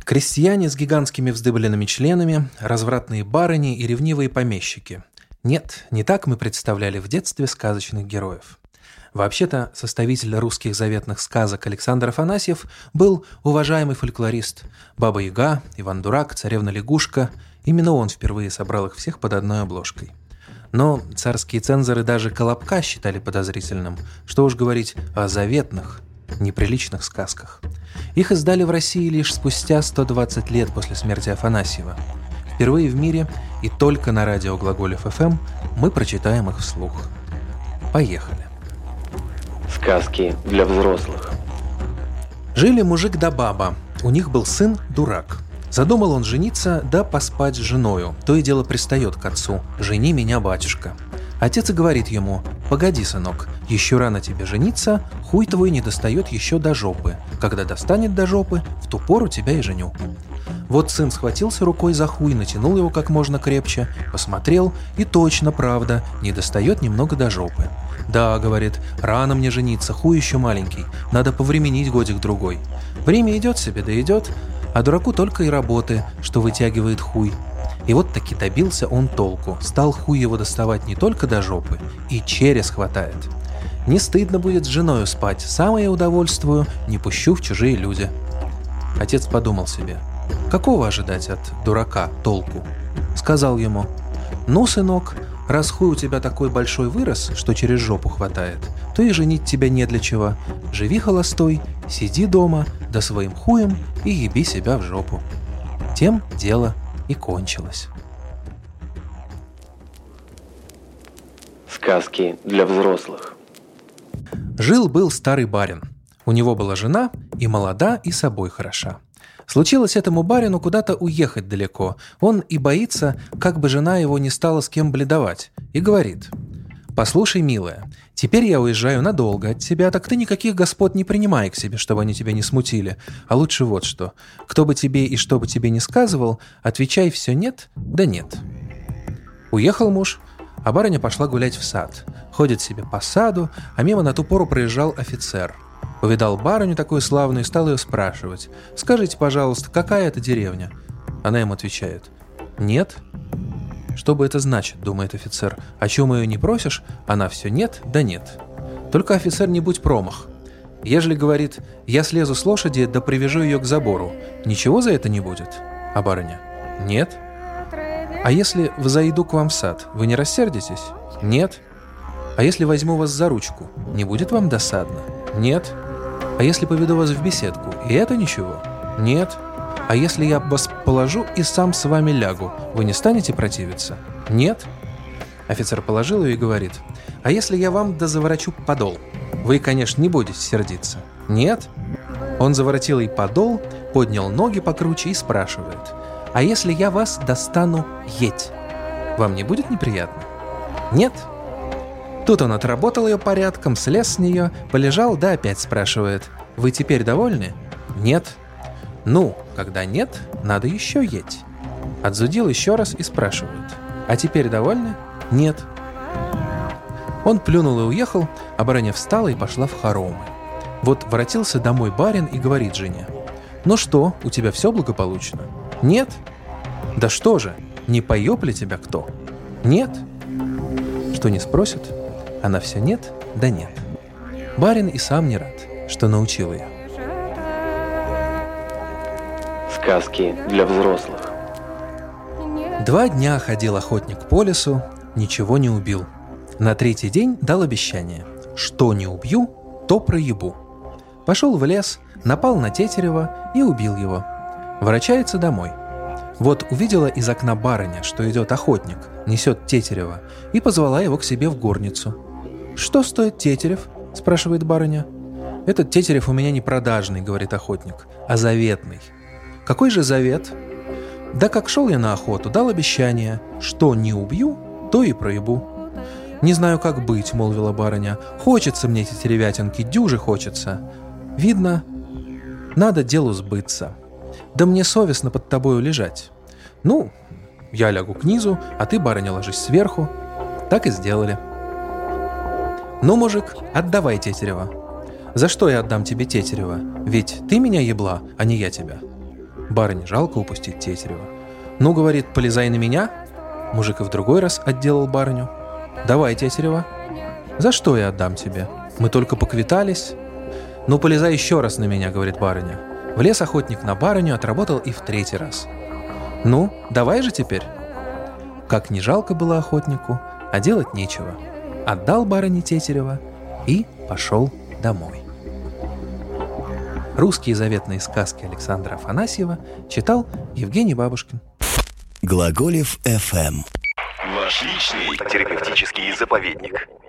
Крестьяне с гигантскими вздыбленными членами, развратные барыни и ревнивые помещики. Нет, не так мы представляли в детстве сказочных героев. Вообще-то, составитель русских заветных сказок Александр Афанасьев был уважаемый фольклорист. Баба-Яга, Иван-Дурак, Царевна-Лягушка. Именно он впервые собрал их всех под одной обложкой. Но царские цензоры даже Колобка считали подозрительным, что уж говорить о заветных, неприличных сказках. Их издали в России лишь спустя 120 лет после смерти Афанасьева. Впервые в мире и только на радио Глаголев ФМ мы прочитаем их вслух. Поехали. Сказки для взрослых. Жили мужик да баба. У них был сын дурак. Задумал он жениться да поспать с женою. То и дело пристает к отцу: «Жени меня, батюшка». Отец и говорит ему: «Погоди, сынок, еще рано тебе жениться, хуй твой не достает еще до жопы. Когда достанет до жопы, в ту пору тебя и женю». Вот сын схватился рукой за хуй, натянул его как можно крепче, посмотрел, и точно, правда, не достает немного до жопы. «Да, — говорит, — рано мне жениться, хуй еще маленький, надо повременить годик-другой». Время идет себе, да идет, а дураку только и работы, что вытягивает хуй. И вот таки добился он толку, стал хуй его доставать не только до жопы, и через хватает. Не стыдно будет с женою спать, самое удовольствую не пущу в чужие люди. Отец подумал себе: какого ожидать от дурака толку? Сказал ему: «Ну, сынок, раз хуй у тебя такой большой вырос, что через жопу хватает, то и женить тебя не для чего. Живи холостой, сиди дома, да своим хуем и еби себя в жопу». Тем дело и кончилось. Сказки для взрослых. Жил-был старый барин. У него была жена, и молода, и собой хороша. Случилось этому барину куда-то уехать далеко. Он и боится, как бы жена его не стала с кем бледовать, и говорит: «Послушай, милая, теперь я уезжаю надолго от тебя, так ты никаких господ не принимай к себе, чтобы они тебя не смутили. А лучше вот что: кто бы тебе и что бы тебе не сказывал, отвечай все нет, да нет». Уехал муж, а барыня пошла гулять в сад. Ходит себе по саду, а мимо на ту пору проезжал офицер. Увидал барыню такую славную и стал ее спрашивать: «Скажите, пожалуйста, какая это деревня?» Она ему отвечает: «Нет». «Что бы это значит?» — думает офицер. «О чем ее не просишь, она все нет, да нет». Только офицер не будь промах. Ежели говорит: «Я слезу с лошади, да привяжу ее к забору», ничего за это не будет? А барыня: «Нет». «А если взойду к вам в сад, вы не рассердитесь?» «Нет». «А если возьму вас за ручку, не будет вам досадно?» «Нет». «А если поведу вас в беседку, и это ничего?» «Нет». «А если я вас положу и сам с вами лягу, вы не станете противиться?» «Нет». Офицер положил ее и говорит: «А если я вам заворочу подол, вы, конечно, не будете сердиться?» «Нет». Он заворотил ей подол, поднял ноги покруче и спрашивает: «А если я вас достану еть, вам не будет неприятно?» «Нет». Тут он отработал ее порядком, слез с нее, полежал, да опять спрашивает: «Вы теперь довольны?» «Нет». «Ну, когда нет, надо еще еть». Отзудил еще раз и спрашивает: «А теперь довольны?» «Нет». Он плюнул и уехал, а барыня встала и пошла в хоромы. Вот воротился домой барин и говорит жене: «Ну что, у тебя все благополучно?» «Нет». «Да что же, не поеб ли тебя кто?» «Нет». Что не спросит, она все нет, да нет. Барин и сам не рад, что научил ее. Сказки для взрослых. 2 дня ходил охотник по лесу, ничего не убил. На 3-й день дал обещание: что не убью, то проебу. Пошел в лес, напал на тетерева и убил его. Ворочается домой. Вот увидела из окна барыня, что идет охотник, несет тетерева, и позвала его к себе в горницу. «Что стоит тетерев?» – спрашивает барыня. «Этот тетерев у меня не продажный, – говорит охотник, – а заветный». «Какой же завет?» «Да как шел я на охоту, дал обещание: что не убью, то и проебу». «Не знаю, как быть, – молвила барыня, – хочется мне эти тетеревятинки, дюже хочется. Видно, надо делу сбыться. Да мне совестно под тобою лежать. Ну, я лягу к низу, а ты, барыня, ложись сверху». Так и сделали. «Ну, мужик, отдавай тетерева». «За что я отдам тебе тетерева? Ведь ты меня ебла, а не я тебя». Барыне жалко упустить Тетерева. «Ну, — говорит, — полезай на меня». Мужик и в другой раз отделал барыню. «Давай, Тетерева». «За что я отдам тебе? Мы только поквитались». «Ну, полезай еще раз на меня, — говорит барыня». Влез охотник на барыню, отработал и в третий раз. «Ну, давай же теперь». Как не жалко было охотнику, а делать нечего. Отдал барыне Тетерева и пошел домой. Русские заветные сказки Александра Афанасьева читал Евгений Бабушкин. Глаголев FM. Ваш личный терапевтический заповедник.